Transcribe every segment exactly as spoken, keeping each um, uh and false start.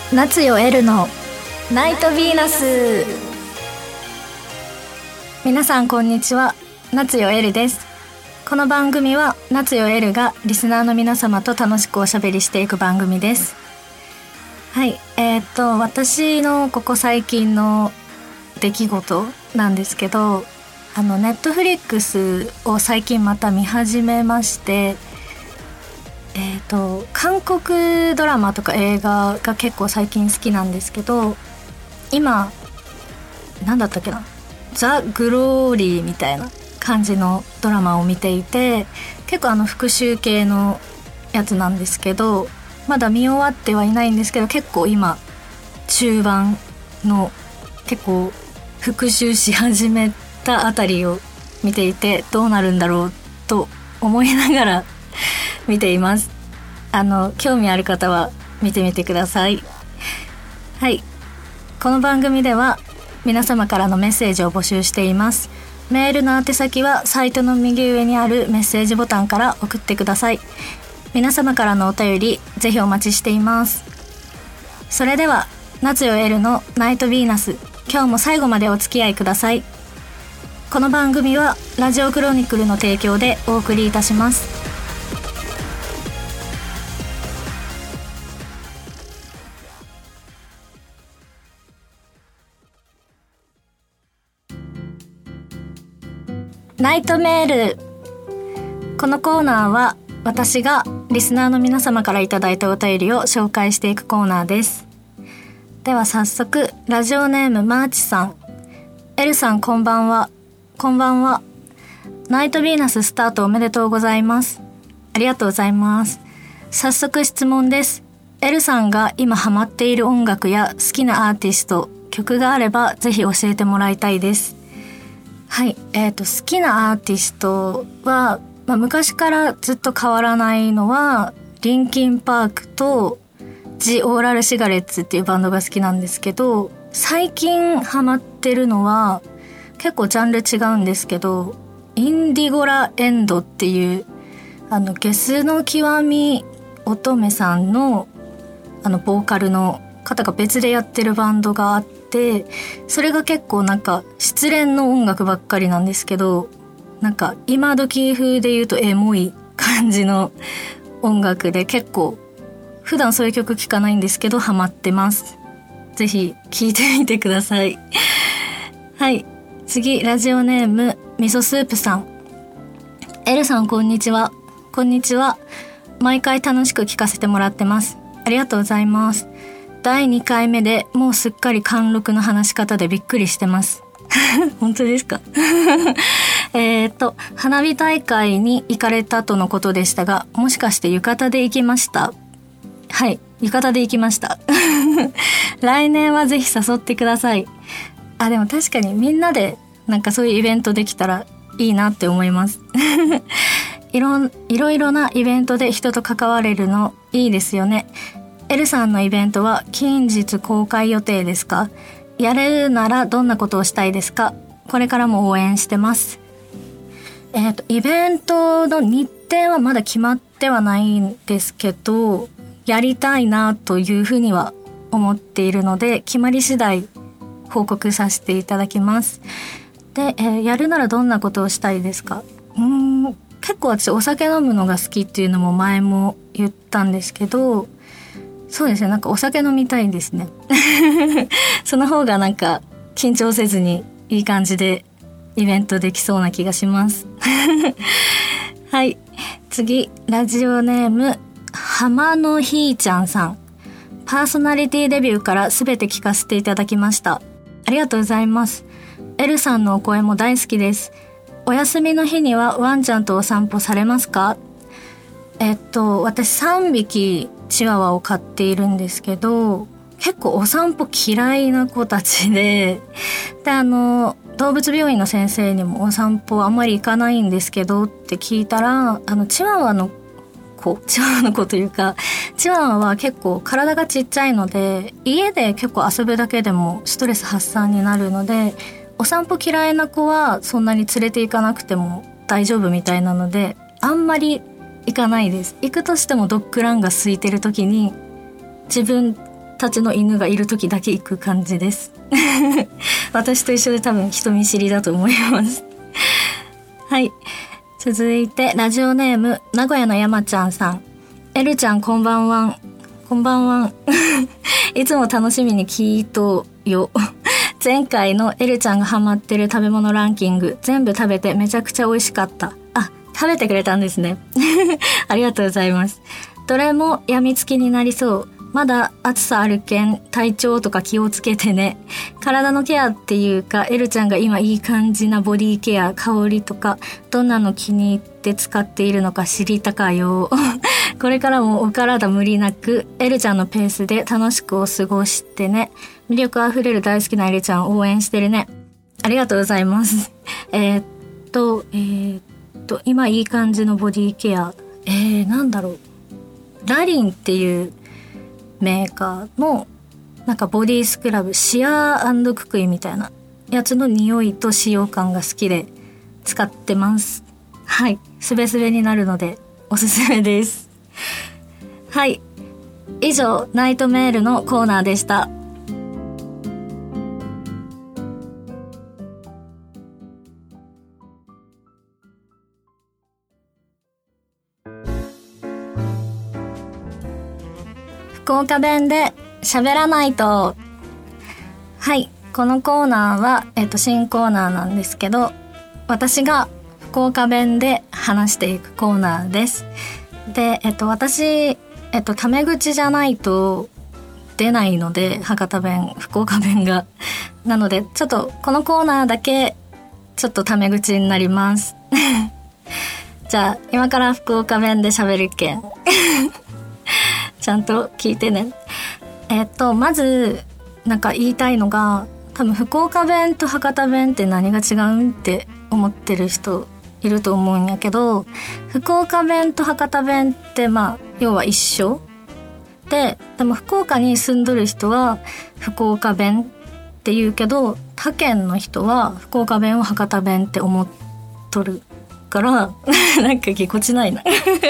夏よエルのナイトヴィーナス。皆さんこんにちは、夏よエルです。この番組は夏よエルがリスナーの皆様と楽しくおしゃべりしていく番組です。はい、えー、っと私のここ最近の出来事なんですけど、あのネットフリックスを最近また見始めまして、えー、と韓国ドラマとか映画が結構最近好きなんですけど、今何だったっけな、ザ・グローリーみたいな感じのドラマを見ていて、結構あの復讐系のやつなんですけど、まだ見終わってはいないんですけど、結構今中盤の結構復讐し始めたあたりを見ていて、どうなるんだろうと思いながら見ています。あの興味ある方は見てみてください。はい、この番組では皆様からのメッセージを募集しています。メールの宛先はサイトの右上にあるメッセージボタンから送ってください。皆様からのお便りぜひお待ちしています。それでは夏よエルのナイトヴィーナス、今日も最後までお付き合いください。この番組はラジオクロニクルの提供でお送りいたします。ナイトメール。このコーナーは私がリスナーの皆様からいただいたお便りを紹介していくコーナーです。では早速、ラジオネームマーチさん。エルさんこんばんは。こんばんは。ナイトヴィーナススタートおめでとうございます。ありがとうございます。早速質問です。エルさんが今ハマっている音楽や好きなアーティスト、曲があればぜひ教えてもらいたいです。はい、えーと好きなアーティストは、まあ、昔からずっと変わらないのはリンキンパークとジ・オーラル・シガレッツっていうバンドが好きなんですけど、最近ハマってるのは結構ジャンル違うんですけど、インディゴラ・エンドっていうあのゲスの極み乙女さんのあのボーカルの方が別でやってるバンドがあって、それが結構なんか失恋の音楽ばっかりなんですけど、なんか今時風で言うとエモい感じの音楽で、結構普段そういう曲聴かないんですけどハマってます。ぜひ聴いてみてください。はい、次ラジオネーム味噌スープさん。エルさんこんにちは。こんにちは。毎回楽しく聴かせてもらってます。ありがとうございます。だいにかいめでもうすっかり貫禄の話し方でびっくりしてます本当ですかえっと花火大会に行かれたとのことでしたが、もしかして浴衣で行きました？はい、浴衣で行きました来年はぜひ誘ってください。あ、でも確かにみんなでなんかそういうイベントできたらいいなって思いますいろいろいろなイベントで人と関われるのいいですよね。エルさんのイベントは近日公開予定ですか？やれるならどんなことをしたいですか？これからも応援してます。えっと、イベントの日程はまだ決まってはないんですけど、やりたいなというふうには思っているので、決まり次第報告させていただきます。で、えー、やるならどんなことをしたいですか？うーん、結構私お酒飲むのが好きっていうのも前も言ったんですけど、そうですね、なんかお酒飲みたいですねその方がなんか緊張せずにいい感じでイベントできそうな気がしますはい、次ラジオネーム浜のひーちゃんさん。パーソナリティデビューからすべて聞かせていただきました。ありがとうございます。エルさんのお声も大好きです。お休みの日にはワンちゃんとお散歩されますか？えっと私さんびきチワワを飼っているんですけど、結構お散歩嫌いな子たちで、であの動物病院の先生にもお散歩あんまり行かないんですけどって聞いたら、あのチワワの子チワワの子というかチワワは結構体がちっちゃいので、家で結構遊ぶだけでもストレス発散になるので、お散歩嫌いな子はそんなに連れて行かなくても大丈夫みたいなので、あんまり行かないです。行くとしてもドッグランが空いてる時に自分たちの犬がいる時だけ行く感じです私と一緒で多分人見知りだと思いますはい、続いてラジオネーム名古屋の山ちゃんさん。エルちゃんこんばんは。こんばんは。いつも楽しみに聞いとよ。前回のエルちゃんがハマってる食べ物ランキング全部食べてめちゃくちゃ美味しかった。あ、食べてくれたんですね。ありがとうございます。どれもやみつきになりそう。まだ暑さあるけん体調とか気をつけてね。体のケアっていうか、エルちゃんが今いい感じなボディケア、香りとかどんなの気に入って使っているのか知りたかよ。これからもお体無理なくエルちゃんのペースで楽しくお過ごしてね。魅力あふれる大好きなエルちゃんを応援してるね。ありがとうございます。えー、っとえー、っと今いい感じのボディケア、えー、なんだろう、ラリンっていうメーカーのなんかボディスクラブ、シアー&ククイみたいなやつの匂いと使用感が好きで使ってます。はい、スベスベになるのでおすすめです。はい、以上ナイトメールのコーナーでした。福岡弁で喋らないと。はい、このコーナーは、えっと、新コーナーなんですけど、私が福岡弁で話していくコーナーです。で、えっと、私、えっと、タメ口じゃないと出ないので、博多弁、福岡弁が。なので、ちょっとこのコーナーだけ、ちょっとタメ口になります。じゃあ、今から福岡弁で喋るけん。ちゃんと聞いてね。えっと、まず、なんか言いたいのが、多分福岡弁と博多弁って何が違うんって思ってる人いると思うんやけど、福岡弁と博多弁ってまあ、要は一緒で、でも福岡に住んどる人は福岡弁って言うけど、他県の人は福岡弁を博多弁って思っとるから、なんかぎこちないな。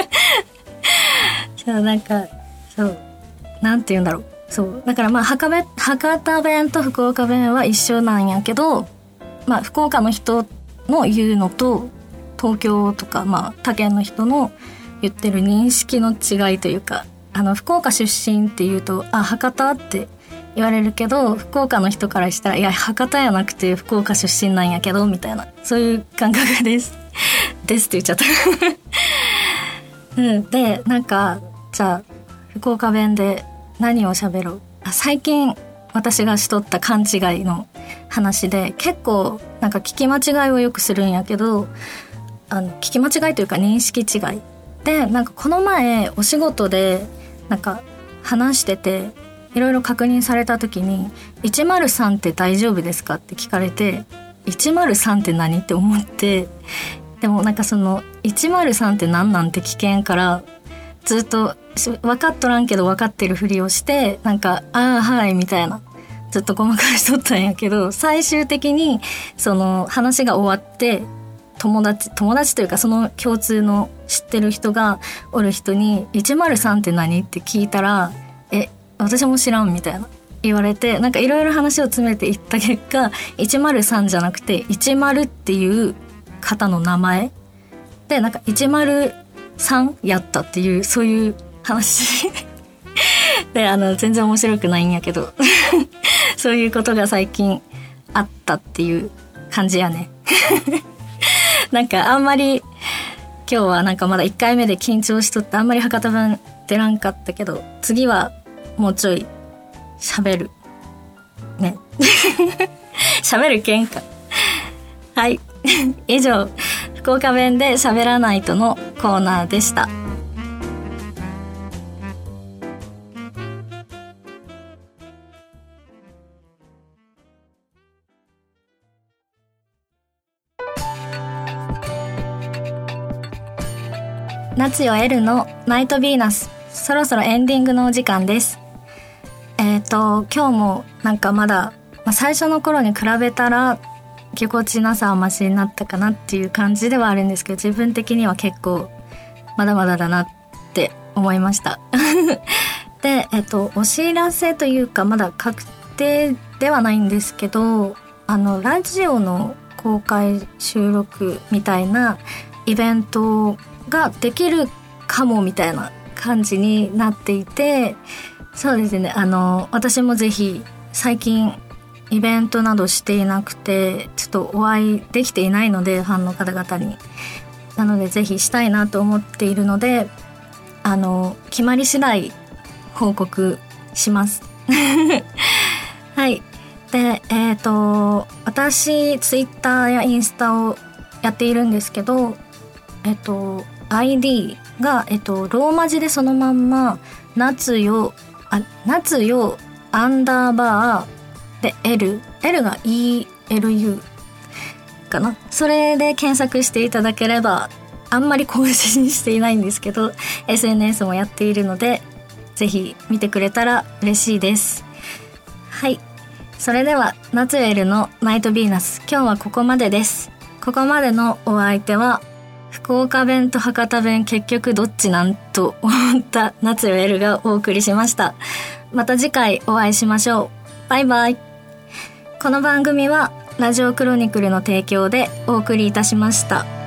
じゃあなんか、そう、なんて言うんだろう。そう。だからまあ、博べ、博多弁と福岡弁は一緒なんやけど、まあ、福岡の人の言うのと、東京とか、まあ、他県の人の言ってる認識の違いというか、あの、福岡出身って言うと、あ、博多って言われるけど、福岡の人からしたら、いや、博多やなくて福岡出身なんやけど、みたいな、そういう感覚です。ですって言っちゃった。うん。で、なんか、じゃあ、福岡弁で何を喋ろう。あ、最近私がしとった勘違いの話で、結構なんか聞き間違いをよくするんやけど、あの聞き間違いというか認識違いで、なんかこの前お仕事でなんか話してていろいろ確認された時に、いちまるさんって大丈夫ですかって聞かれて、いちまるさんって何って思って、でもなんかそのいちまるさんって何なんて聞けんから、ずっと分かっとらんけど分かってるふりをして、なんかああはいみたいなずっとごまかしとったんやけど、最終的にその話が終わって、友達友達というかその共通の知ってる人がおる人にいちまるさんって何って聞いたら、え私も知らんみたいな言われて、なんかいろいろ話を詰めていった結果、いちまるさんじゃなくていちまるっていう方の名前で、なんかいちまるさんやったっていう、そういう話で、あの全然面白くないんやけどそういうことが最近あったっていう感じやね。なんかあんまり今日はなんかまだいっかいめで緊張しとって、あんまり博多弁出らんかったけど、次はもうちょい喋るね。喋るけんか。はい。以上、福岡弁で喋らないとのコーナーでした。夏よ L のナイトヴィーナス、そろそろエンディングのお時間です。えっと今日もなんかまだ、まあ、最初の頃に比べたらぎこちなさはマシになったかなっていう感じではあるんですけど、自分的には結構まだまだだなって思いました。 で、えっと、お知らせというかまだ確定ではないんですけど、あのラジオの公開収録みたいなイベントができるかもみたいな感じになっていて、そうですね、あの私もぜひ最近イベントなどしていなくてちょっとお会いできていないので、ファンの方々に、なのでぜひしたいなと思っているので、あの決まり次第報告しますはい。で、えっと私ツイッターやインスタをやっているんですけど、えっと アイディー が、えっと、ローマ字でそのまんま夏よあ夏よアンダーバーで L L が イーエルユー かな、それで検索していただければ、あんまり更新していないんですけど エスエヌエス もやっているので、ぜひ見てくれたら嬉しいです。はい、それでは夏よ L のナイトヴィーナス、今日はここまでです。ここまでのお相手は福岡弁と博多弁結局どっちなんと思った夏よ L がお送りしました。また次回お会いしましょう。バイバイ。この番組はラジオクロニクルの提供でお送りいたしました。